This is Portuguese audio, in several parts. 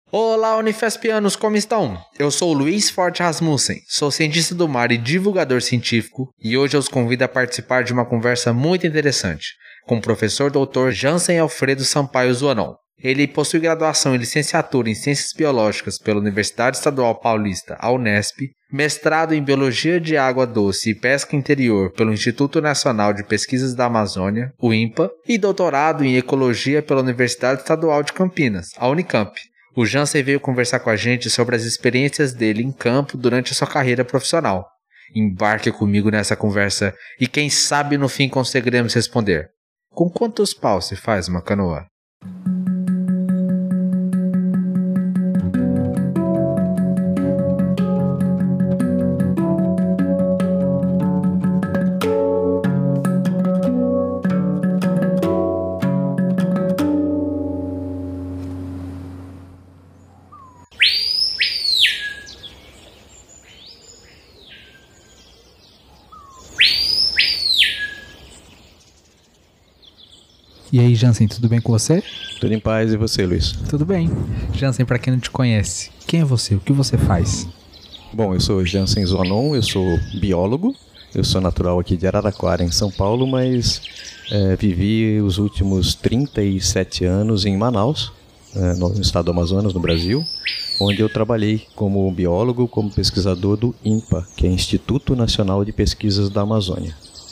Olá, Unifespianos, como estão? Eu sou o Luiz Forte Rasmussen, sou cientista do mar e divulgador científico, e hoje eu os convido a participar de uma conversa muito interessante com o professor Dr. Jansen Alfredo Sampaio Zuanon. Ele possui graduação e licenciatura em Ciências Biológicas pela Universidade Estadual Paulista, a Unesp, mestrado em Biologia de Água Doce e Pesca Interior pelo Instituto Nacional de Pesquisas da Amazônia, o INPA, e doutorado em Ecologia pela Universidade Estadual de Campinas, a Unicamp. O Jansen veio conversar com a gente sobre as experiências dele em campo durante a sua carreira profissional. Embarque comigo nessa conversa e quem sabe no fim conseguiremos responder: com quantos paus se faz uma canoa? E aí, Jansen, tudo bem com você? Tudo em paz, e você, Luiz? Tudo bem. Jansen, para quem não te conhece, quem é você? O que você faz? Bom, eu sou Jansen Zuanon, eu sou biólogo, eu sou natural aqui de Araraquara, em São Paulo, mas vivi os últimos 37 anos em Manaus, no estado do Amazonas, no Brasil, onde eu trabalhei como biólogo, como pesquisador do INPA, que é Instituto Nacional de Pesquisas da Amazônia.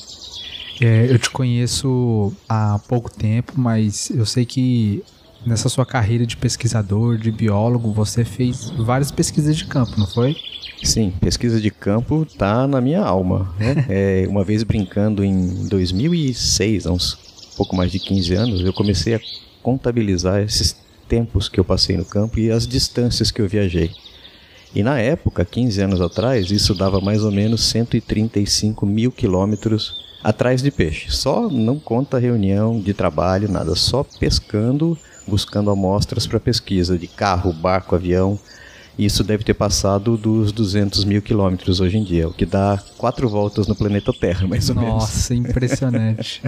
Eu te conheço há pouco tempo, mas eu sei que nessa sua carreira de pesquisador, de biólogo, você fez várias pesquisas de campo, não foi? Sim, pesquisa de campo tá na minha alma, né? Uma vez brincando em 2006, há uns pouco mais de 15 anos, eu comecei a contabilizar esses tempos que eu passei no campo e as distâncias que eu viajei. E na época, 15 anos atrás, isso dava mais ou menos 135 mil quilômetros atrás de peixe. Só não conta reunião de trabalho, nada, só pescando, buscando amostras para pesquisa de carro, barco, avião. Isso deve ter passado dos 200 mil quilômetros hoje em dia, o que dá 4 voltas no planeta Terra, mais ou menos. Nossa, impressionante.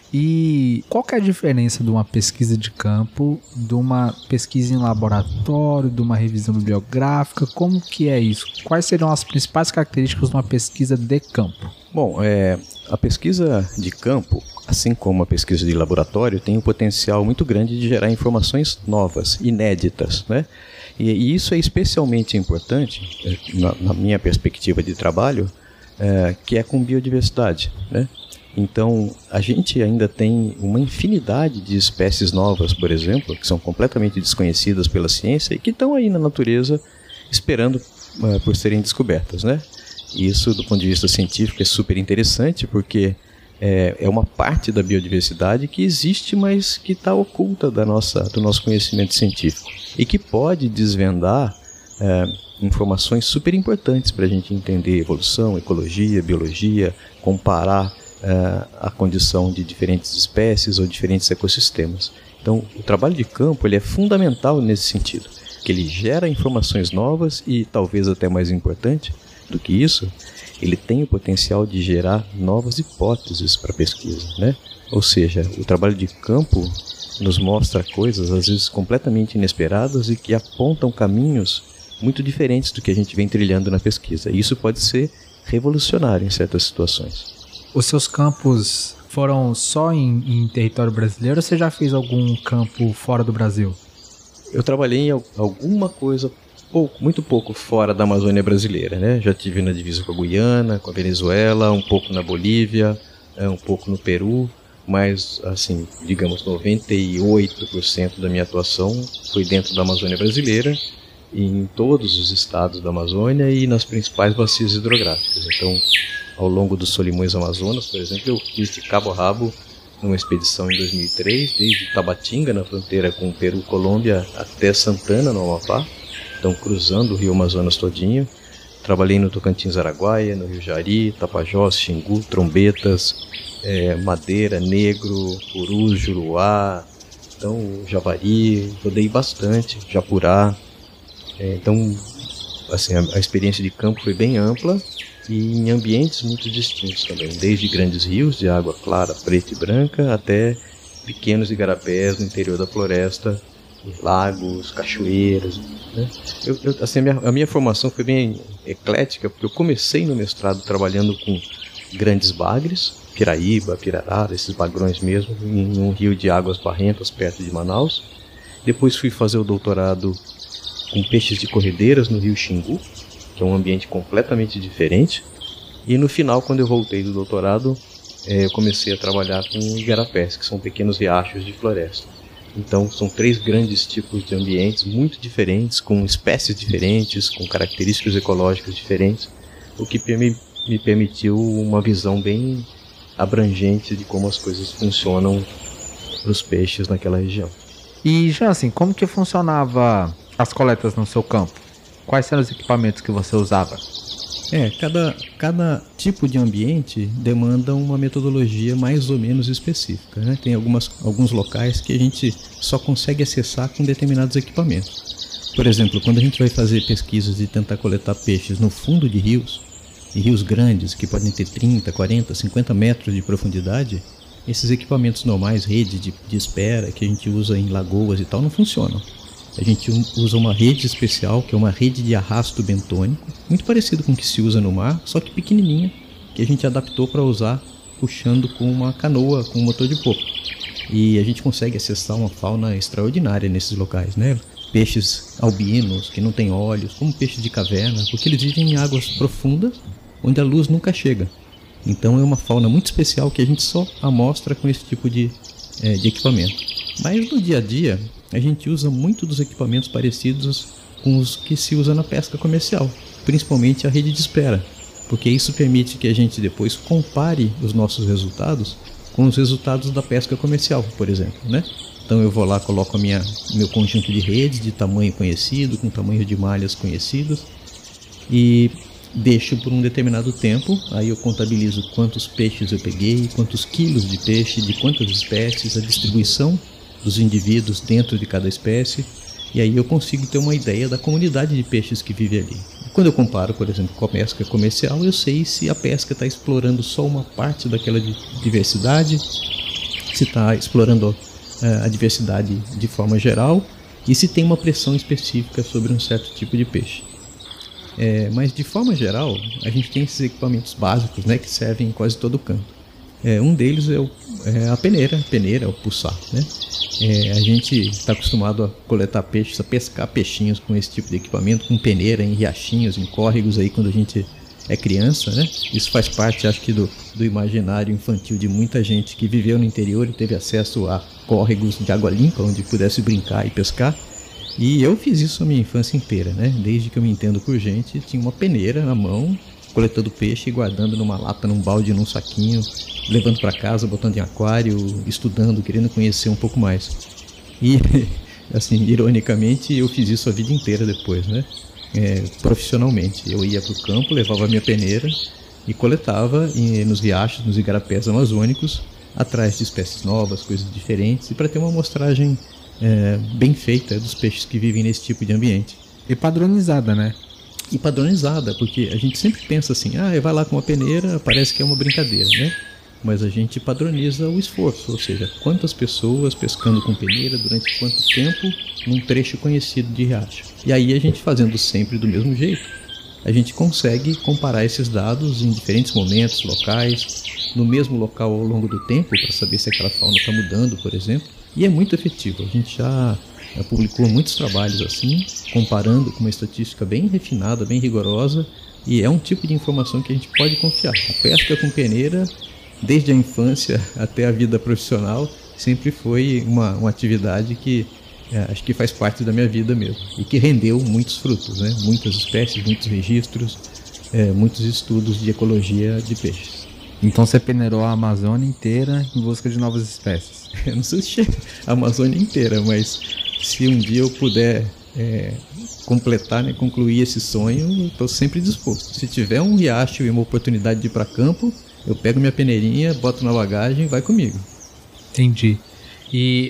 E qual que é a diferença de uma pesquisa de campo, de uma pesquisa em laboratório, de uma revisão bibliográfica? Como que é isso? Quais seriam as principais características de uma pesquisa de campo? Bom, a pesquisa de campo, assim como a pesquisa de laboratório, tem um potencial muito grande de gerar informações novas, inéditas, né? E isso é especialmente importante, na minha perspectiva de trabalho, que é com biodiversidade, né? Então, a gente ainda tem uma infinidade de espécies novas, por exemplo, que são completamente desconhecidas pela ciência e que estão aí na natureza esperando por serem descobertas, né? Isso, do ponto de vista científico, é super interessante porque é uma parte da biodiversidade que existe, mas que está oculta do nosso conhecimento científico e que pode desvendar informações super importantes para a gente entender evolução, ecologia, biologia, comparar a condição de diferentes espécies ou diferentes ecossistemas. Então, o trabalho de campo ele é fundamental nesse sentido, que ele gera informações novas e, talvez até mais importante do que isso, ele tem o potencial de gerar novas hipóteses para a pesquisa, né? Ou seja, o trabalho de campo nos mostra coisas, às vezes, completamente inesperadas e que apontam caminhos muito diferentes do que a gente vem trilhando na pesquisa. E isso pode ser revolucionário em certas situações. Os seus campos foram só em território brasileiro ou você já fez algum campo fora do Brasil? Eu trabalhei em alguma coisa muito pouco fora da Amazônia brasileira, né? Já estive na divisa com a Guiana, com a Venezuela, um pouco na Bolívia, um pouco no Peru, mas, assim, digamos, 98% da minha atuação foi dentro da Amazônia brasileira, em todos os estados da Amazônia e nas principais bacias hidrográficas. Então, ao longo dos Solimões Amazonas, por exemplo, eu fiz de cabo a rabo numa expedição em 2003, desde Tabatinga, na fronteira com o Peru, Colômbia, até Santana, no Amapá. Então, cruzando o rio Amazonas todinho. Trabalhei no Tocantins, Araguaia, no Rio Jari, Tapajós, Xingu, Trombetas, Madeira, Negro, Purus, Juruá, então Javari, rodei bastante, Japurá. Então, assim, a experiência de campo foi bem ampla e em ambientes muito distintos também, desde grandes rios de água clara, preta e branca, até pequenos igarapés no interior da floresta, lagos, cachoeiras, né? Assim, a minha formação foi bem eclética, porque eu comecei no mestrado trabalhando com grandes bagres, Piraíba, Pirarara, esses bagrões mesmo, em um rio de águas barrentas perto de Manaus. Depois fui fazer o doutorado com peixes de corredeiras no rio Xingu, que é um ambiente completamente diferente. E no final, quando eu voltei do doutorado, eu comecei a trabalhar com igarapés, que são pequenos riachos de floresta. Então, são 3 grandes tipos de ambientes muito diferentes, com espécies diferentes, com características ecológicas diferentes, o que me permitiu uma visão bem abrangente de como as coisas funcionam para os peixes naquela região. E, Jansen, como que funcionava as coletas no seu campo? Quais eram os equipamentos que você usava? Cada tipo de ambiente demanda uma metodologia mais ou menos específica, né? Tem alguns locais que a gente só consegue acessar com determinados equipamentos. Por exemplo, quando a gente vai fazer pesquisas e tentar coletar peixes no fundo de rios, e rios grandes que podem ter 30, 40, 50 metros de profundidade, esses equipamentos normais, rede de espera, que a gente usa em lagoas e tal, não funcionam. A gente usa uma rede especial, que é uma rede de arrasto bentônico, muito parecido com o que se usa no mar, só que pequenininha, que a gente adaptou para usar puxando com uma canoa com motor de popa. E a gente consegue acessar uma fauna extraordinária nesses locais, né? Peixes albinos, que não têm olhos, como peixes de caverna, porque eles vivem em águas profundas, onde a luz nunca chega. Então é uma fauna muito especial que a gente só amostra com esse tipo de equipamento. Mas no dia a dia, a gente usa muito dos equipamentos parecidos com os que se usa na pesca comercial, principalmente a rede de espera, porque isso permite que a gente depois compare os nossos resultados com os resultados da pesca comercial, por exemplo, né? Então eu vou lá, coloco meu conjunto de redes de tamanho conhecido, com tamanho de malhas conhecidos, e deixo por um determinado tempo. Aí eu contabilizo quantos peixes eu peguei, quantos quilos de peixe, de quantas espécies, a distribuição dos indivíduos dentro de cada espécie, e aí eu consigo ter uma ideia da comunidade de peixes que vive ali. Quando eu comparo, por exemplo, com a pesca comercial, eu sei se a pesca está explorando só uma parte daquela diversidade, se está explorando a diversidade de forma geral, e se tem uma pressão específica sobre um certo tipo de peixe. Mas de forma geral, a gente tem esses equipamentos básicos, né, que servem em quase todo o campo. Um deles é a peneira, o pulsar, né? A gente está acostumado a coletar peixes, a pescar peixinhos com esse tipo de equipamento, com peneira, em riachinhos, em córregos aí quando a gente é criança, né? Isso faz parte, acho que, do imaginário infantil de muita gente que viveu no interior e teve acesso a córregos de água limpa, onde pudesse brincar e pescar. E eu fiz isso a minha infância inteira, né? Desde que eu me entendo por gente, tinha uma peneira na mão, coletando peixe e guardando numa lata, num balde, num saquinho, levando para casa, botando em aquário, estudando, querendo conhecer um pouco mais. E, assim, ironicamente, eu fiz isso a vida inteira depois, né? Profissionalmente. Eu ia para o campo, levava a minha peneira e coletava nos riachos, nos igarapés amazônicos, atrás de espécies novas, coisas diferentes, e para ter uma amostragem bem feita dos peixes que vivem nesse tipo de ambiente. E padronizada, né? E padronizada, porque a gente sempre pensa assim, vai lá com uma peneira, parece que é uma brincadeira, né? Mas a gente padroniza o esforço, ou seja, quantas pessoas pescando com peneira, durante quanto tempo, num trecho conhecido de riacho. E aí a gente fazendo sempre do mesmo jeito, a gente consegue comparar esses dados em diferentes momentos, locais, no mesmo local ao longo do tempo, para saber se aquela fauna está mudando, por exemplo. E é muito efetivo, a gente já publicou muitos trabalhos assim, comparando com uma estatística bem refinada, bem rigorosa, e é um tipo de informação que a gente pode confiar. A pesca com peneira, desde a infância até a vida profissional, sempre foi uma atividade que acho que faz parte da minha vida mesmo, e que rendeu muitos frutos, né? Muitas espécies, muitos registros, muitos estudos de ecologia de peixes. Então você peneirou a Amazônia inteira em busca de novas espécies? Eu não sei se chega a Amazônia inteira, mas se um dia eu puder completar, né, concluir esse sonho, eu estou sempre disposto. Se tiver um riacho e uma oportunidade de ir para campo, eu pego minha peneirinha, boto na bagagem e vai comigo. Entendi. E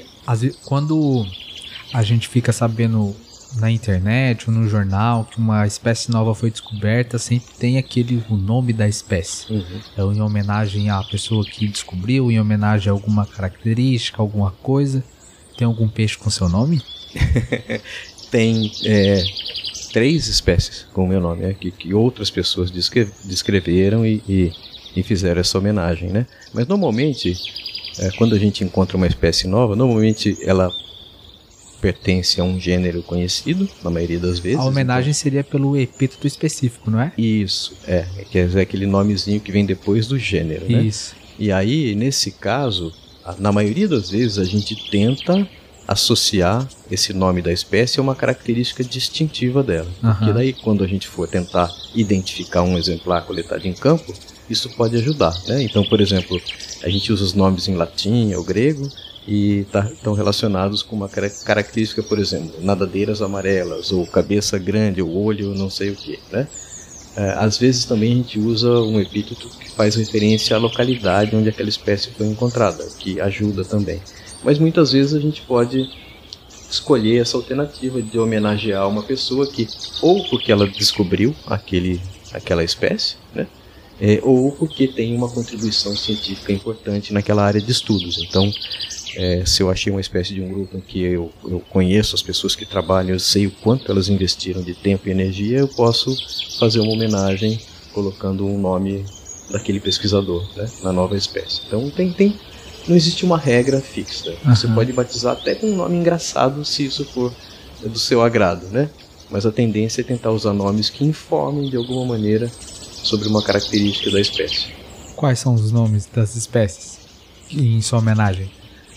quando a gente fica sabendo na internet ou no jornal que uma espécie nova foi descoberta, sempre tem o nome da espécie. Uhum. Em homenagem à pessoa que descobriu, em homenagem a alguma característica, alguma coisa. Tem algum peixe com seu nome? Tem 3 espécies com o meu nome, que outras pessoas descreveram e fizeram essa homenagem, né? Mas normalmente, quando a gente encontra uma espécie nova, normalmente ela pertence a um gênero conhecido, na maioria das vezes. A homenagem seria pelo epíteto específico, não é? Isso, que é aquele nomezinho que vem depois do gênero, né? Isso. E aí, nesse caso, na maioria das vezes, a gente tenta associar esse nome da espécie a uma característica distintiva dela. Porque daí, quando a gente for tentar identificar um exemplar coletado em campo, isso pode ajudar, né? Então, por exemplo, a gente usa os nomes em latim ou grego e estão relacionados com uma característica, por exemplo, nadadeiras amarelas, ou cabeça grande, ou olho não sei o que, né? Às vezes também a gente usa um epíteto que faz referência à localidade onde aquela espécie foi encontrada, que ajuda também. Mas muitas vezes a gente pode escolher essa alternativa de homenagear uma pessoa que, ou porque ela descobriu aquela espécie, né? Ou porque tem uma contribuição científica importante naquela área de estudos. Então, se eu achei uma espécie de um grupo em que eu conheço as pessoas que trabalham, eu sei o quanto elas investiram de tempo e energia, eu posso fazer uma homenagem colocando um nome daquele pesquisador, né, na nova espécie. Então não existe uma regra fixa. Você pode batizar até com um nome engraçado se isso for do seu agrado, né? Mas a tendência é tentar usar nomes que informem de alguma maneira sobre uma característica da espécie. Quais são os nomes das espécies em sua homenagem?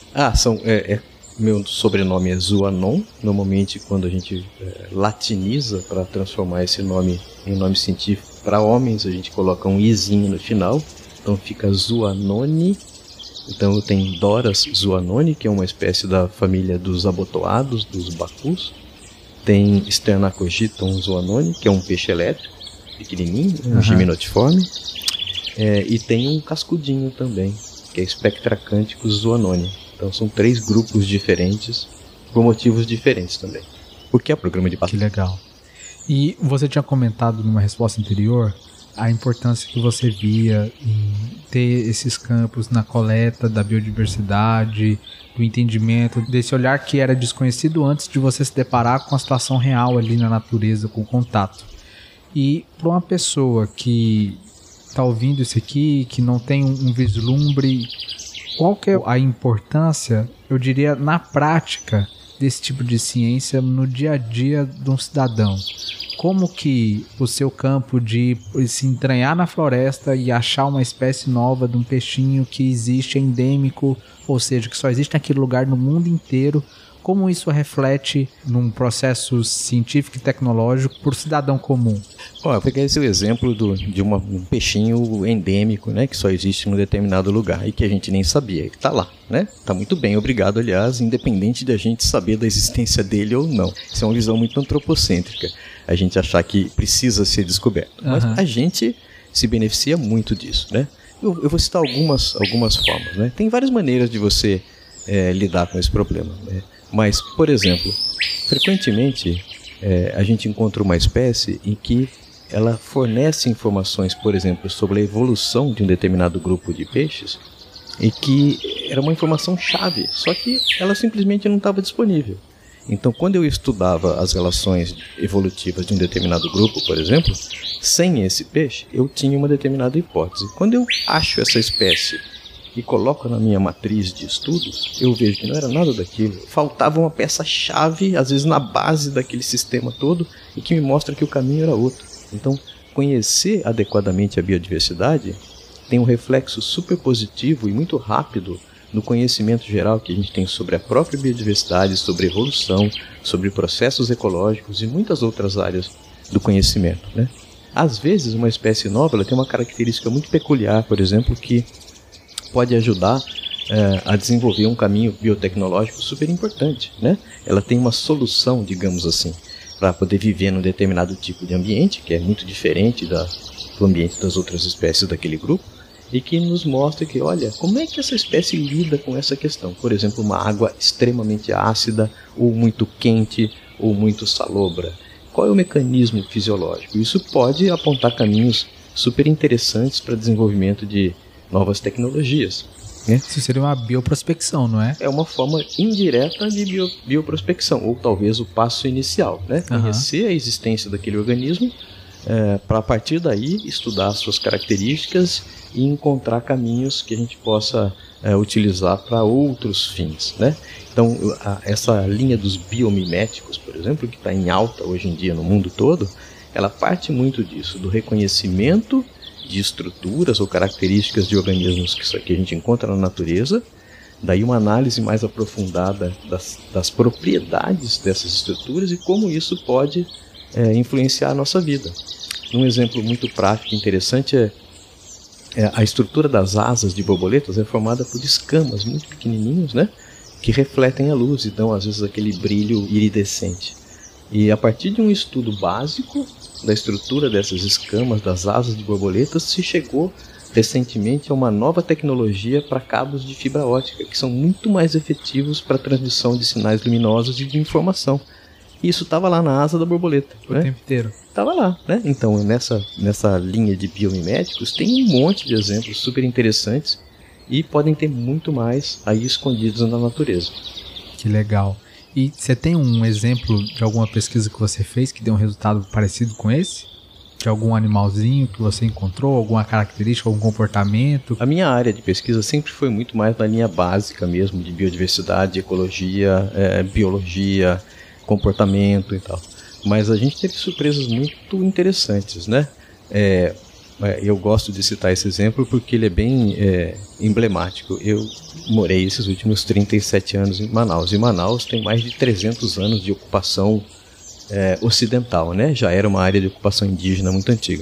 Meu sobrenome é Zuanon. Normalmente, quando a gente latiniza para transformar esse nome em nome científico para homens, a gente coloca um izinho no final. Então fica Zuanone. Então eu tenho Doras zuanoni, que é uma espécie da família dos abotoados, dos bacus. Tem Sternacogiton zuanoni, que é um peixe elétrico, pequenininho, um gimnotiforme. E tem um cascudinho também, que é Spectracanthicus zuanoni. Então são 3 grupos diferentes, por motivos diferentes também. Porque é programa de Que legal. E você tinha comentado numa resposta anterior a importância que você via em ter esses campos na coleta da biodiversidade, do entendimento, desse olhar que era desconhecido antes de você se deparar com a situação real ali na natureza, com o contato. E para uma pessoa que está ouvindo isso aqui, que não tem um vislumbre, qual que é a importância, eu diria, na prática desse tipo de ciência no dia a dia de um cidadão? Como que o seu campo de se entranhar na floresta e achar uma espécie nova de um peixinho que existe endêmico, ou seja, que só existe naquele lugar no mundo inteiro, como isso reflete num processo científico e tecnológico para o cidadão comum? Eu peguei esse exemplo de um peixinho endêmico, né, que só existe num determinado lugar e que a gente nem sabia, que está lá, né? Está muito bem, obrigado, aliás, independente de a gente saber da existência dele ou não. Isso é uma visão muito antropocêntrica, a gente achar que precisa ser descoberto. Mas a gente se beneficia muito disso, né? Eu vou citar algumas formas, né? Tem várias maneiras de você lidar com esse problema, né? Mas, por exemplo, frequentemente a gente encontra uma espécie em que ela fornece informações, por exemplo, sobre a evolução de um determinado grupo de peixes e que era uma informação chave, só que ela simplesmente não estava disponível. Então, quando eu estudava as relações evolutivas de um determinado grupo, por exemplo, sem esse peixe, eu tinha uma determinada hipótese. Quando eu acho essa espécie e coloco na minha matriz de estudos, eu vejo que não era nada daquilo. Faltava uma peça-chave, às vezes na base daquele sistema todo, e que me mostra que o caminho era outro. Então, conhecer adequadamente a biodiversidade tem um reflexo super positivo e muito rápido no conhecimento geral que a gente tem sobre a própria biodiversidade, sobre evolução, sobre processos ecológicos e muitas outras áreas do conhecimento, né? Às vezes, uma espécie nova ela tem uma característica muito peculiar, por exemplo, que pode ajudar a desenvolver um caminho biotecnológico super importante, né? Ela tem uma solução, digamos assim, para poder viver num determinado tipo de ambiente, que é muito diferente do ambiente das outras espécies daquele grupo, e que nos mostra que, olha, como é que essa espécie lida com essa questão? Por exemplo, uma água extremamente ácida, ou muito quente, ou muito salobra. Qual é o mecanismo fisiológico? Isso pode apontar caminhos super interessantes para o desenvolvimento de novas tecnologias. né? Isso seria uma bioprospecção, não é? É uma forma indireta de bioprospecção, ou talvez o passo inicial, né? Conhecer a existência daquele organismo, para a partir daí estudar as suas características e encontrar caminhos que a gente possa utilizar para outros fins, né? Então, essa linha dos biomiméticos, por exemplo, que está em alta hoje em dia no mundo todo, ela parte muito disso, do reconhecimento de estruturas ou características de organismos que a gente encontra na natureza, daí uma análise mais aprofundada das propriedades dessas estruturas e como isso pode influenciar a nossa vida. Um exemplo muito prático e interessante a estrutura das asas de borboletas é formada por escamas muito pequenininhos, né, que refletem a luz e dão às vezes aquele brilho iridescente. E a partir de um estudo básico da estrutura dessas escamas das asas de borboletas, se chegou recentemente a uma nova tecnologia para cabos de fibra ótica, que são muito mais efetivos para a transmissão de sinais luminosos e de informação. E isso estava lá na asa da borboleta. O tempo inteiro. Estava lá, né? Então, nessa linha de biomiméticos, tem um monte de exemplos super interessantes e podem ter muito mais aí escondidos na natureza. Que legal. E você tem um exemplo de alguma pesquisa que você fez que deu um resultado parecido com esse? De algum animalzinho que você encontrou, alguma característica, algum comportamento? A minha área de pesquisa sempre foi muito mais na linha básica mesmo, de biodiversidade, ecologia, biologia, comportamento e tal. Mas a gente teve surpresas muito interessantes, né? Eu gosto de citar esse exemplo porque ele é bem emblemático. Eu morei esses últimos 37 anos em Manaus. E Manaus tem mais de 300 anos de ocupação ocidental, né? Já era uma área de ocupação indígena muito antiga.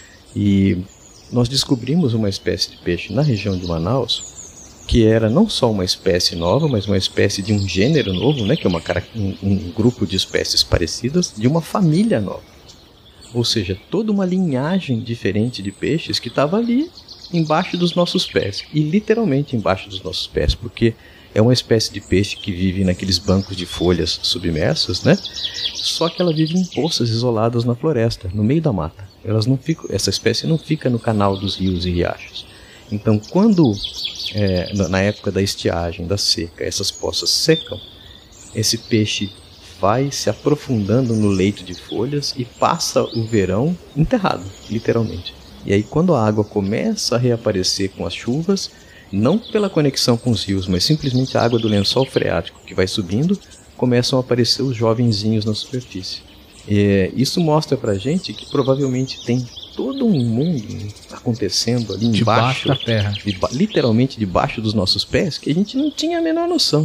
E nós descobrimos uma espécie de peixe na região de Manaus que era não só uma espécie nova, mas uma espécie de um gênero novo, né? Que é um grupo de espécies parecidas de uma família nova. Ou seja, toda uma linhagem diferente de peixes que estava ali embaixo dos nossos pés. E literalmente embaixo dos nossos pés, porque é uma espécie de peixe que vive naqueles bancos de folhas submersas, né? Só que ela vive em poças isoladas na floresta, no meio da mata. Essa espécie não fica no canal dos rios e riachos. Então, quando, na época da estiagem, da seca, essas poças secam, esse peixe vai se aprofundando no leito de folhas e passa o verão enterrado, literalmente. E aí quando a água começa a reaparecer com as chuvas, não pela conexão com os rios, mas simplesmente a água do lençol freático que vai subindo, começam a aparecer os jovenzinhos na superfície. Isso mostra pra gente que provavelmente tem todo um mundo acontecendo ali debaixo da terra, literalmente debaixo dos nossos pés, que a gente não tinha a menor noção.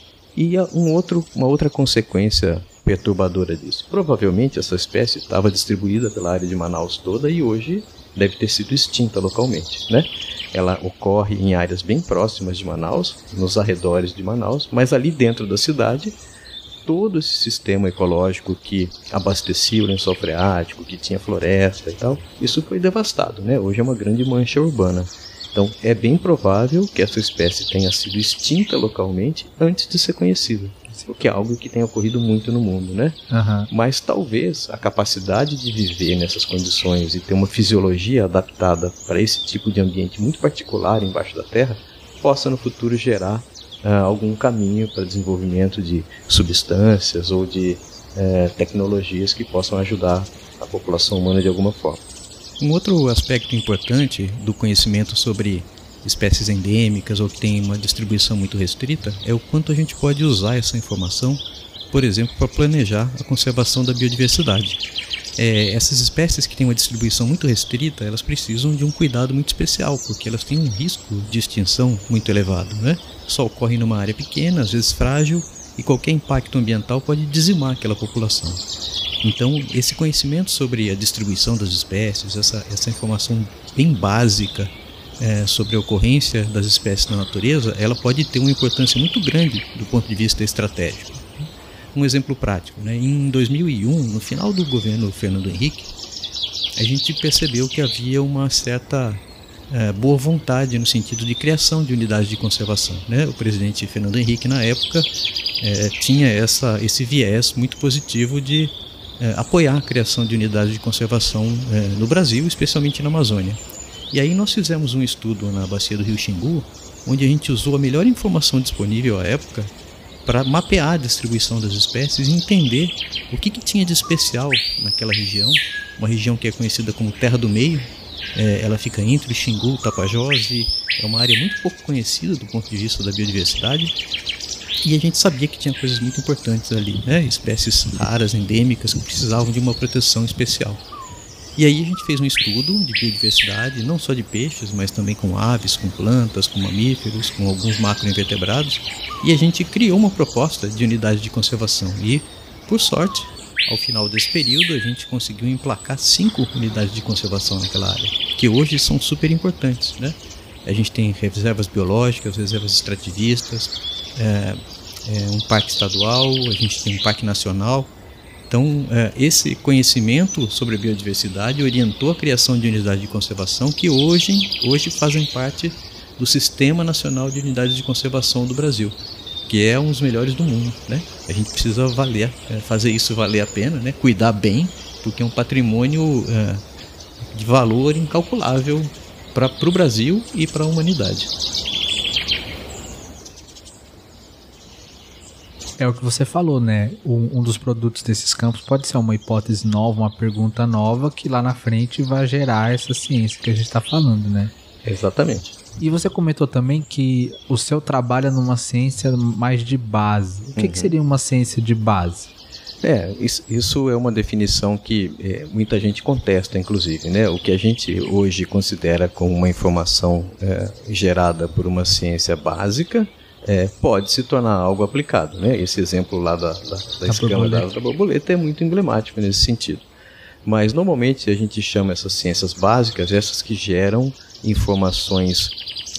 E uma outra consequência perturbadora disso. Provavelmente essa espécie estava distribuída pela área de Manaus toda e hoje deve ter sido extinta localmente, né? Ela ocorre em áreas bem próximas de Manaus, nos arredores de Manaus, mas ali dentro da cidade, todo esse sistema ecológico que abastecia o lençol freático, que tinha floresta e tal, isso foi devastado, né? Hoje é uma grande mancha urbana. Então, é bem provável que essa espécie tenha sido extinta localmente antes de ser conhecida, o que é algo que tem ocorrido muito no mundo, né? Uhum. Mas talvez a capacidade de viver nessas condições e ter uma fisiologia adaptada para esse tipo de ambiente muito particular embaixo da terra possa no futuro gerar algum caminho para desenvolvimento de substâncias ou de tecnologias que possam ajudar a população humana de alguma forma. Um outro aspecto importante do conhecimento sobre espécies endêmicas ou que tem uma distribuição muito restrita é o quanto a gente pode usar essa informação, por exemplo, para planejar a conservação da biodiversidade. Essas espécies que têm uma distribuição muito restrita, elas precisam de um cuidado muito especial, porque elas têm um risco de extinção muito elevado, né? Só ocorre numa área pequena, às vezes frágil, e qualquer impacto ambiental pode dizimar aquela população. Então, esse conhecimento sobre a distribuição das espécies, essa informação bem básica sobre a ocorrência das espécies na natureza, ela pode ter uma importância muito grande do ponto de vista estratégico. Um exemplo prático, né? Em 2001, no final do governo Fernando Henrique, a gente percebeu que havia uma certa boa vontade no sentido de criação de unidades de conservação, né? O presidente Fernando Henrique, na época, tinha esse viés muito positivo de apoiar a criação de unidades de conservação no Brasil, especialmente na Amazônia. E aí nós fizemos um estudo na bacia do Rio Xingu, onde a gente usou a melhor informação disponível à época para mapear a distribuição das espécies e entender o que tinha de especial naquela região, uma região que é conhecida como Terra do Meio. Ela fica entre o Xingu e o Tapajós e é uma área muito pouco conhecida do ponto de vista da biodiversidade. E a gente sabia que tinha coisas muito importantes ali, né? Espécies raras, endêmicas, que precisavam de uma proteção especial. E aí a gente fez um estudo de biodiversidade, não só de peixes, mas também com aves, com plantas, com mamíferos, com alguns macroinvertebrados. E a gente criou uma proposta de unidade de conservação. E, por sorte, ao final desse período, a gente conseguiu emplacar 5 unidades de conservação naquela área, que hoje são super importantes, né? A gente tem reservas biológicas, reservas extrativistas, um parque estadual, a gente tem um parque nacional. Então, esse conhecimento sobre a biodiversidade orientou a criação de unidades de conservação que hoje fazem parte do Sistema Nacional de Unidades de Conservação do Brasil, que é um dos melhores do mundo, né? A gente precisa fazer isso valer a pena, né? Cuidar bem, porque é um patrimônio de valor incalculável para o Brasil e para a humanidade. É o que você falou, né? Um dos produtos desses campos pode ser uma hipótese nova, uma pergunta nova, que lá na frente vai gerar essa ciência que a gente está falando, né? Exatamente. E você comentou também que o seu trabalho é numa ciência mais de base. O que seria uma ciência de base? Isso é uma definição que muita gente contesta, inclusive, né? O que a gente hoje considera como uma informação gerada por uma ciência básica pode se tornar algo aplicado, né? Esse exemplo lá da escama da borboleta é muito emblemático nesse sentido. Mas normalmente a gente chama essas ciências básicas, essas que geram informações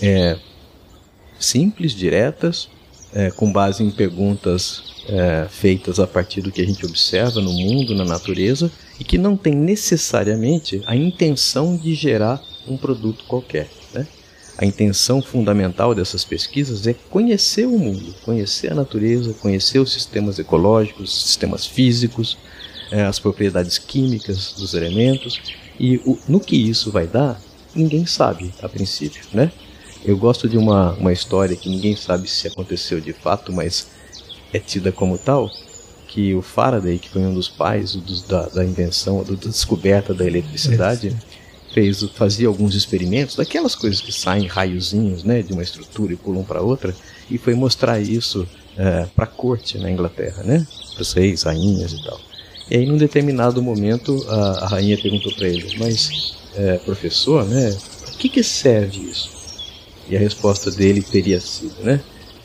simples, diretas, com base em perguntas feitas a partir do que a gente observa no mundo, na natureza, e que não tem necessariamente a intenção de gerar um produto qualquer, né? A intenção fundamental dessas pesquisas é conhecer o mundo, conhecer a natureza, conhecer os sistemas ecológicos, os sistemas físicos, as propriedades químicas dos elementos, e no que isso vai dar, ninguém sabe a princípio, né? Eu gosto de uma história que ninguém sabe se aconteceu de fato, mas é tida como tal, que o Faraday, que foi um dos pais da invenção, da descoberta da eletricidade, fazia alguns experimentos, daquelas coisas que saem raiozinhos, né, de uma estrutura e pulam para outra, e foi mostrar isso para a corte na Inglaterra, né, para os reis, rainhas e tal. E aí, num determinado momento, a rainha perguntou para ele: mas, professor, né, para que serve isso? E a resposta dele teria sido, né,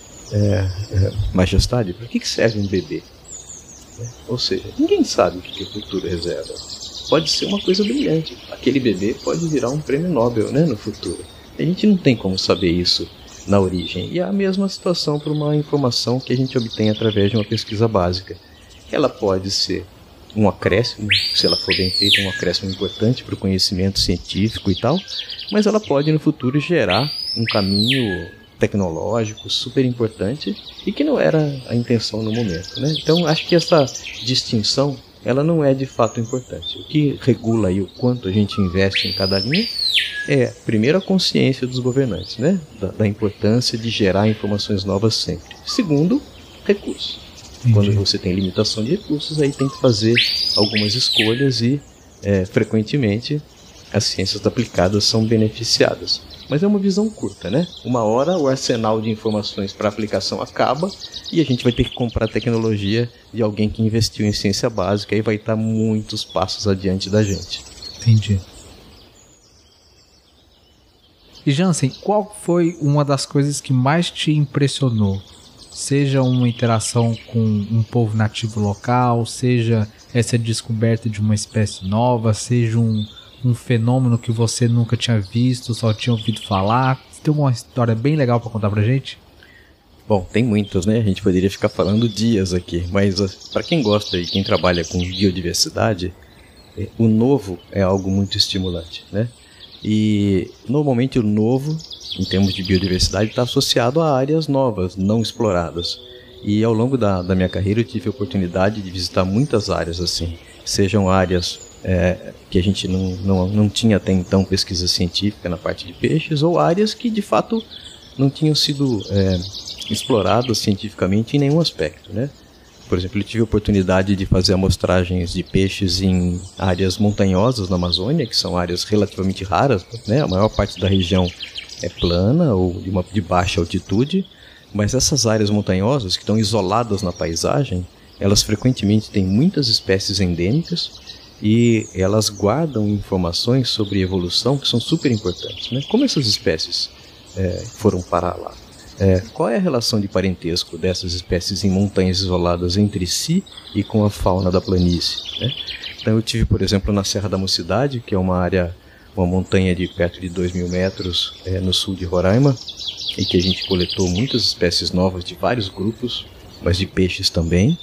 majestade, para que serve um bebê? Ou seja, ninguém sabe o que o futuro reserva. Pode ser uma coisa brilhante. Aquele bebê pode virar um prêmio Nobel, né, no futuro. A gente não tem como saber isso na origem. E é a mesma situação para uma informação que a gente obtém através de uma pesquisa básica. Ela pode ser um acréscimo, se ela for bem feita, um acréscimo importante para o conhecimento científico e tal, mas ela pode no futuro gerar um caminho tecnológico super importante e que não era a intenção no momento, né? Então acho que essa distinção ela não é de fato importante. O que regula aí o quanto a gente investe em cada linha é, primeiro, a consciência dos governantes, né? Da importância de gerar informações novas sempre. Segundo, recursos. Quando você tem limitação de recursos, aí tem que fazer algumas escolhas e, frequentemente, as ciências aplicadas são beneficiadas. Mas é uma visão curta, né? Uma hora o arsenal de informações para aplicação acaba e a gente vai ter que comprar tecnologia de alguém que investiu em ciência básica e vai estar muitos passos adiante da gente. Entendi. E Jansen, qual foi uma das coisas que mais te impressionou? Seja uma interação com um povo nativo local, seja essa descoberta de uma espécie nova, seja um fenômeno que você nunca tinha visto, só tinha ouvido falar. Você tem uma história bem legal para contar pra gente? Bom, tem muitas, né? A gente poderia ficar falando dias aqui, mas para quem gosta e quem trabalha com biodiversidade, o novo é algo muito estimulante, né? E normalmente o novo, em termos de biodiversidade, está associado a áreas novas, não exploradas. E ao longo da minha carreira eu tive a oportunidade de visitar muitas áreas assim, sejam áreas que a gente não tinha até então pesquisa científica na parte de peixes, ou áreas que de fato não tinham sido exploradas cientificamente em nenhum aspecto, né? Por exemplo, eu tive a oportunidade de fazer amostragens de peixes em áreas montanhosas na Amazônia, que são áreas relativamente raras, né? A maior parte da região é plana ou de baixa altitude, mas essas áreas montanhosas que estão isoladas na paisagem, elas frequentemente têm muitas espécies endêmicas e elas guardam informações sobre evolução que são super importantes, né? Como essas espécies foram parar lá? Qual é a relação de parentesco dessas espécies em montanhas isoladas entre si e com a fauna da planície, né? Então eu tive, por exemplo, na Serra da Mocidade, que é uma montanha de perto de 2.000 metros no sul de Roraima, e que a gente coletou muitas espécies novas de vários grupos, mas de peixes também.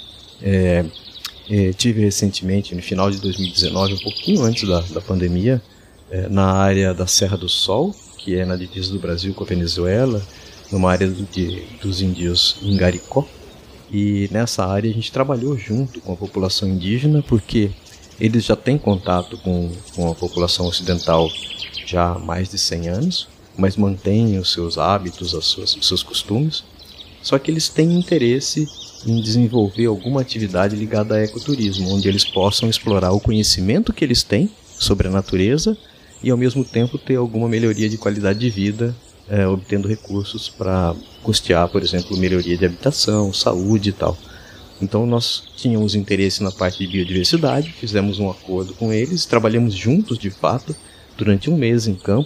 Tive recentemente, no final de 2019, um pouquinho antes da pandemia, na área da Serra do Sol, que é na divisa do Brasil com a Venezuela, numa área dos índios Ingaricó. E nessa área a gente trabalhou junto com a população indígena, porque eles já têm contato com a população ocidental já há mais de 100 anos, mas mantêm os seus hábitos, os seus costumes. Só que eles têm interesse em desenvolver alguma atividade ligada a ecoturismo, onde eles possam explorar o conhecimento que eles têm sobre a natureza e ao mesmo tempo ter alguma melhoria de qualidade de vida, obtendo recursos para custear, por exemplo, melhoria de habitação, saúde e tal. Então nós tínhamos interesse na parte de biodiversidade, fizemos um acordo com eles, trabalhamos juntos de fato durante um mês em campo,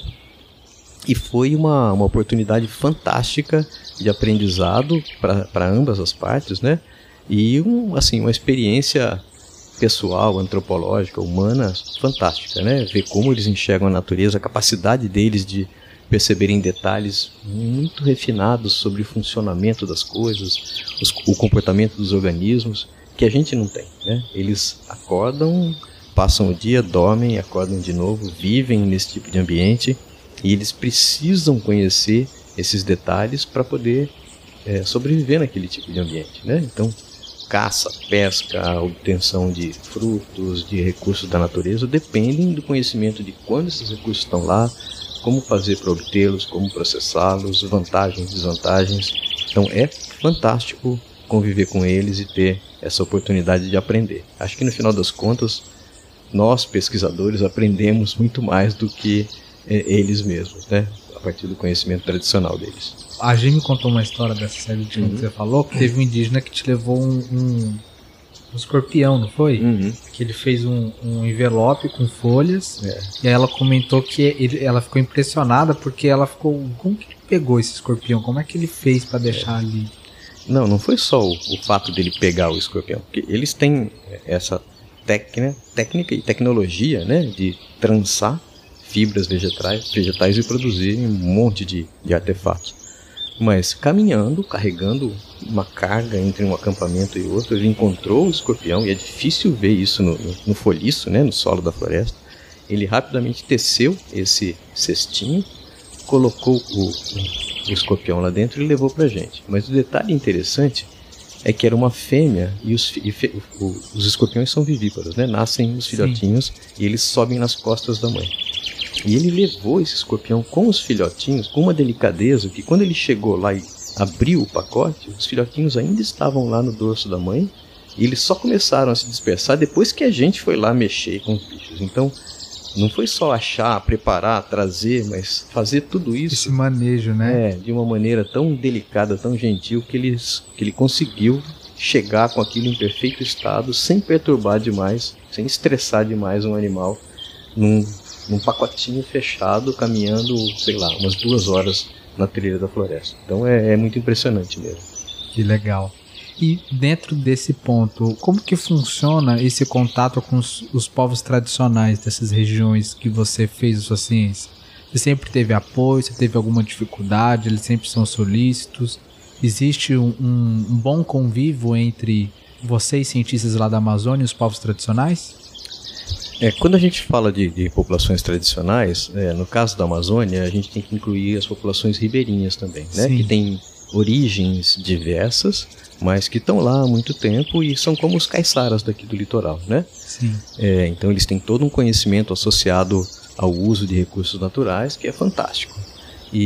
e foi uma oportunidade fantástica de aprendizado para ambas as partes, né? E uma experiência pessoal, antropológica, humana, fantástica, né? Ver como eles enxergam a natureza, a capacidade deles de perceberem detalhes muito refinados sobre o funcionamento das coisas, o comportamento dos organismos, que a gente não tem, né? Eles acordam, passam o dia, dormem, acordam de novo, vivem nesse tipo de ambiente, e eles precisam conhecer esses detalhes para poder sobreviver naquele tipo de ambiente, né? Então, caça, pesca, obtenção de frutos, de recursos da natureza, dependem do conhecimento de quando esses recursos estão lá, como fazer para obtê-los, como processá-los, vantagens, desvantagens. Então é fantástico conviver com eles e ter essa oportunidade de aprender. Acho que no final das contas, nós pesquisadores aprendemos muito mais do que eles mesmos, né? A partir do conhecimento tradicional deles. A Gi me contou uma história dessa série de que você falou, que teve um indígena que te levou um escorpião, não foi? Que ele fez um envelope com folhas, e aí ela comentou que ela ficou impressionada porque ela ficou... Como que ele pegou esse escorpião? Como é que ele fez para deixar ali? Não foi só o fato dele pegar o escorpião, porque eles têm essa técnica e tecnologia, né, de trançar fibras vegetais e produzir um monte de artefatos. Mas caminhando, carregando uma carga entre um acampamento e outro, ele encontrou o escorpião, e é difícil ver isso no folhiço, né, no solo da floresta. Ele rapidamente teceu esse cestinho, colocou o escorpião lá dentro e levou pra gente. Mas o detalhe interessante é que era uma fêmea, e os escorpiões são vivíparos, né? Nascem os filhotinhos. Sim. E eles sobem nas costas da mãe. E ele levou esse escorpião com os filhotinhos, com uma delicadeza, que quando ele chegou lá e abriu o pacote, os filhotinhos ainda estavam lá no dorso da mãe, e eles só começaram a se dispersar depois que a gente foi lá mexer com os bichos. Então, não foi só achar, preparar, trazer, mas fazer tudo isso... Esse manejo, né? De uma maneira tão delicada, tão gentil, que ele conseguiu chegar com aquilo em perfeito estado, sem perturbar demais, sem estressar demais um animal, num pacotinho fechado, caminhando, sei lá, umas 2 horas na trilha da floresta. Então é muito impressionante mesmo. Que legal. E dentro desse ponto, como que funciona esse contato com os povos tradicionais dessas regiões que você fez a sua ciência? Você sempre teve apoio? Você teve alguma dificuldade? Eles sempre são solícitos? Existe um bom convívio entre vocês, cientistas lá da Amazônia, e os povos tradicionais? Quando a gente fala de populações tradicionais, no caso da Amazônia, a gente tem que incluir as populações ribeirinhas também, né? Que têm origens diversas, mas que estão lá há muito tempo e são como os caiçaras daqui do litoral, né? Sim. Então eles têm todo um conhecimento associado ao uso de recursos naturais que é fantástico. E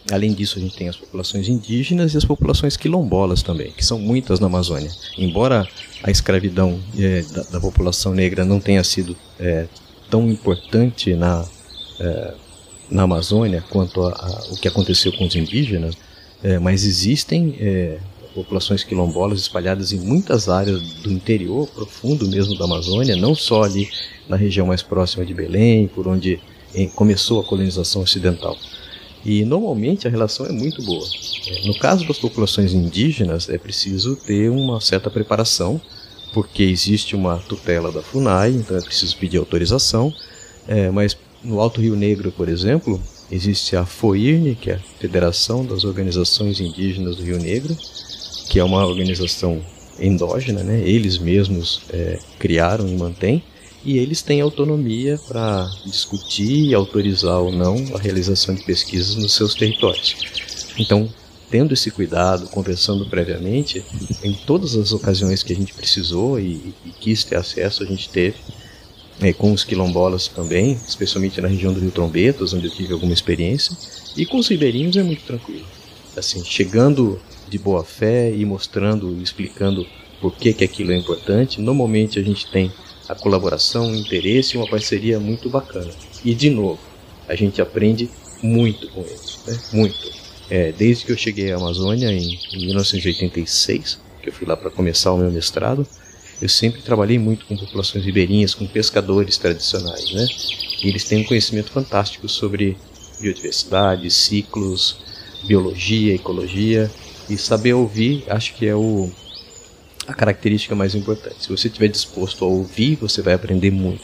Além disso, a gente tem as populações indígenas e as populações quilombolas também, que são muitas na Amazônia. Embora a escravidão da população negra não tenha sido tão importante na Amazônia quanto o que aconteceu com os indígenas, mas existem populações quilombolas espalhadas em muitas áreas do interior profundo mesmo da Amazônia, não só ali na região mais próxima de Belém, por onde começou a colonização ocidental. E normalmente a relação é muito boa. No caso das populações indígenas, é preciso ter uma certa preparação, porque existe uma tutela da FUNAI, então é preciso pedir autorização, mas no Alto Rio Negro, por exemplo, existe a FOIRN, que é a Federação das Organizações Indígenas do Rio Negro, que é uma organização endógena, né? Eles mesmos criaram e mantêm, e eles têm autonomia para discutir e autorizar ou não a realização de pesquisas nos seus territórios. Então, tendo esse cuidado, conversando previamente, em todas as ocasiões que a gente precisou e quis ter acesso, a gente teve, com os quilombolas também, especialmente na região do Rio Trombetas, onde eu tive alguma experiência, e com os ribeirinhos é muito tranquilo. Assim, chegando de boa fé e mostrando, explicando por que aquilo é importante, normalmente a gente tem a colaboração, o interesse e uma parceria muito bacana. E, de novo, a gente aprende muito com eles, né? Muito. Desde que eu cheguei à Amazônia em 1986, que eu fui lá para começar o meu mestrado, eu sempre trabalhei muito com populações ribeirinhas, com pescadores tradicionais, né? E eles têm um conhecimento fantástico sobre biodiversidade, ciclos, biologia, ecologia, e saber ouvir, acho que é a característica mais importante. Se você estiver disposto a ouvir, você vai aprender muito.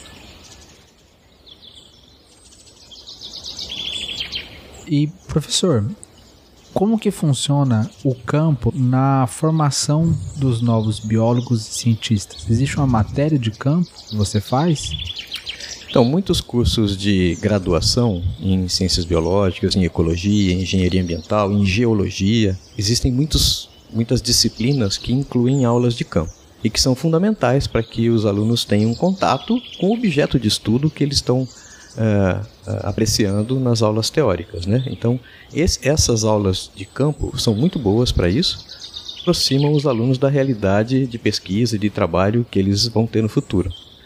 E, professor, como que funciona o campo na formação dos novos biólogos e cientistas? Existe uma matéria de campo que você faz? Então, muitos cursos de graduação em ciências biológicas, em ecologia, em engenharia ambiental, em geologia, existem muitas disciplinas que incluem aulas de campo e que são fundamentais para que os alunos tenham contato com o objeto de estudo que eles estão apreciando nas aulas teóricas, né? Então, essas aulas de campo são muito boas para isso, aproximam os alunos da realidade de pesquisa e de trabalho que eles vão ter no futuro.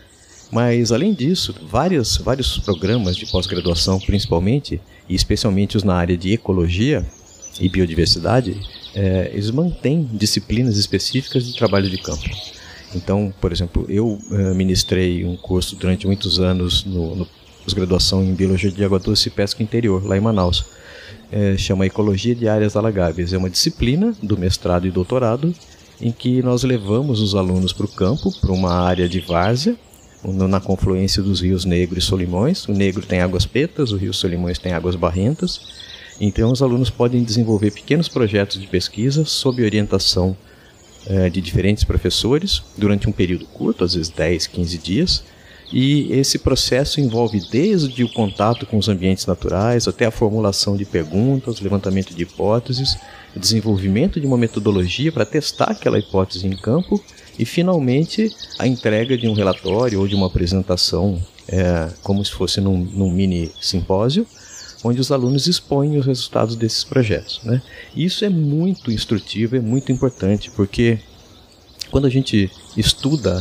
Mas, além disso, vários programas de pós-graduação, principalmente, e especialmente os na área de ecologia e biodiversidade, eles mantêm disciplinas específicas de trabalho de campo. Então, por exemplo, eu ministrei um curso durante muitos anos no pós-graduação em Biologia de Água Doce e Pesca Interior, lá em Manaus. Chama Ecologia de Áreas Alagáveis. É uma disciplina do mestrado e doutorado em que nós levamos os alunos para o campo, para uma área de várzea, na confluência dos rios Negro e Solimões. O Negro tem águas pretas, o rio Solimões tem águas barrentas. Então, os alunos podem desenvolver pequenos projetos de pesquisa sob orientação de diferentes professores durante um período curto, às vezes 10, 15 dias. E esse processo envolve desde o contato com os ambientes naturais até a formulação de perguntas, levantamento de hipóteses, o desenvolvimento de uma metodologia para testar aquela hipótese em campo e, finalmente, a entrega de um relatório ou de uma apresentação, como se fosse num mini simpósio, onde os alunos expõem os resultados desses projetos, né? Isso é muito instrutivo, é muito importante, porque quando a gente estuda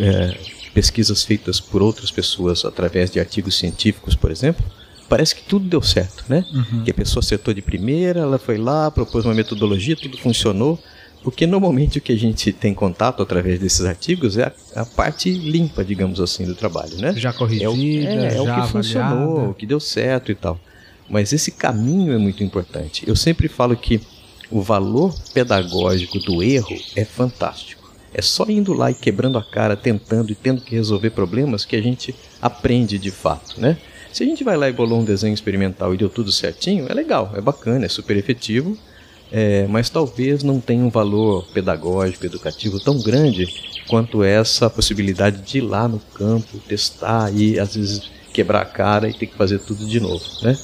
pesquisas feitas por outras pessoas através de artigos científicos, por exemplo, parece que tudo deu certo, né? Uhum. Que a pessoa acertou de primeira, ela foi lá, propôs uma metodologia, tudo funcionou, porque normalmente o que a gente tem contato através desses artigos é a parte limpa, digamos assim, do trabalho, né? Já corrigida, é o que funcionou, o que deu certo e tal. Mas esse caminho é muito importante. Eu sempre falo que o valor pedagógico do erro é fantástico. É só indo lá e quebrando a cara, tentando e tendo que resolver problemas que a gente aprende de fato, né? Se a gente vai lá e bolou um desenho experimental e deu tudo certinho, é legal, é bacana, é super efetivo, mas talvez não tenha um valor pedagógico, educativo tão grande quanto essa possibilidade de ir lá no campo, testar e às vezes quebrar a cara e ter que fazer tudo de novo, né?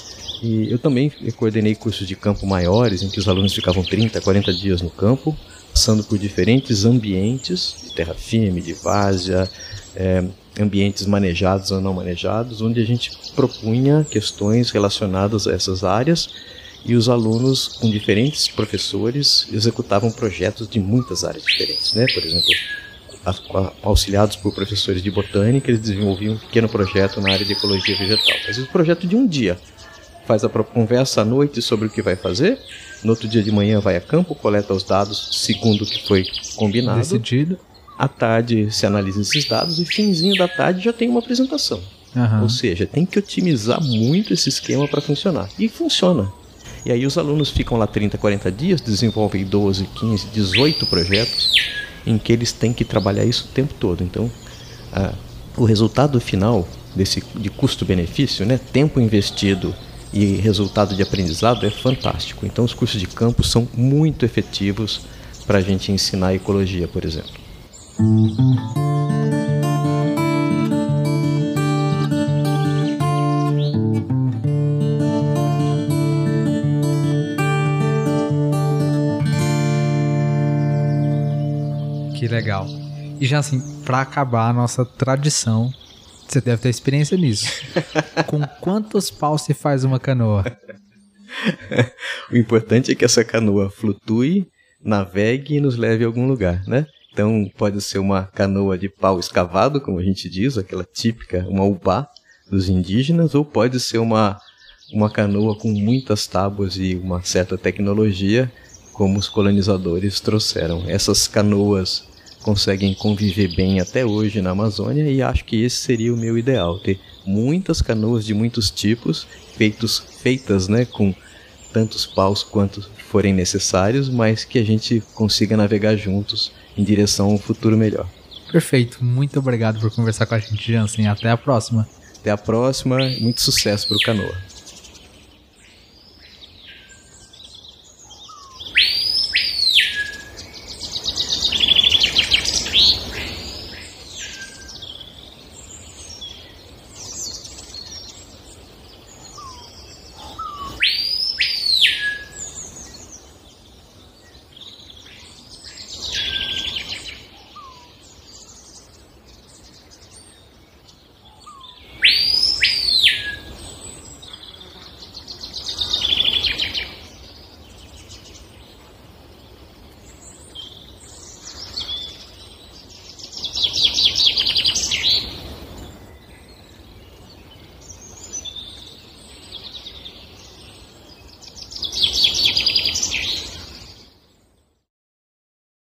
E eu também coordenei cursos de campo maiores, em que os alunos ficavam 30, 40 dias no campo, passando por diferentes ambientes, de terra firme, de várzea, ambientes manejados ou não manejados, onde a gente propunha questões relacionadas a essas áreas e os alunos, com diferentes professores, executavam projetos de muitas áreas diferentes, né? Por exemplo, auxiliados por professores de botânica, eles desenvolviam um pequeno projeto na área de ecologia vegetal. Às vezes, o projeto de um dia. Faz a conversa à noite sobre o que vai fazer, no outro dia de manhã vai a campo, coleta os dados segundo o que foi combinado. Decidido. À tarde se analisa esses dados e finzinho da tarde já tem uma apresentação. Ou seja, tem que otimizar muito esse esquema para funcionar. E funciona. E aí os alunos ficam lá 30, 40 dias, desenvolvem 12, 15, 18 projetos em que eles têm que trabalhar isso o tempo todo. Então, o resultado final de custo-benefício, né, tempo investido e resultado de aprendizado é fantástico. Então, os cursos de campo são muito efetivos para a gente ensinar ecologia, por exemplo. Que legal. E já assim, para acabar a nossa tradição, você deve ter experiência nisso. Com quantos paus se faz uma canoa? O importante é que essa canoa flutue, navegue e nos leve a algum lugar, né? Então pode ser uma canoa de pau escavado, como a gente diz, aquela típica, uma ubá dos indígenas, ou pode ser uma canoa com muitas tábuas e uma certa tecnologia, como os colonizadores trouxeram. Essas canoas conseguem conviver bem até hoje na Amazônia e acho que esse seria o meu ideal, ter muitas canoas de muitos tipos, feitas, né, com tantos paus quanto forem necessários, mas que a gente consiga navegar juntos em direção a um futuro melhor. Perfeito, muito obrigado por conversar com a gente, Jansen. Até a próxima. Até a próxima, muito sucesso para o Canoa.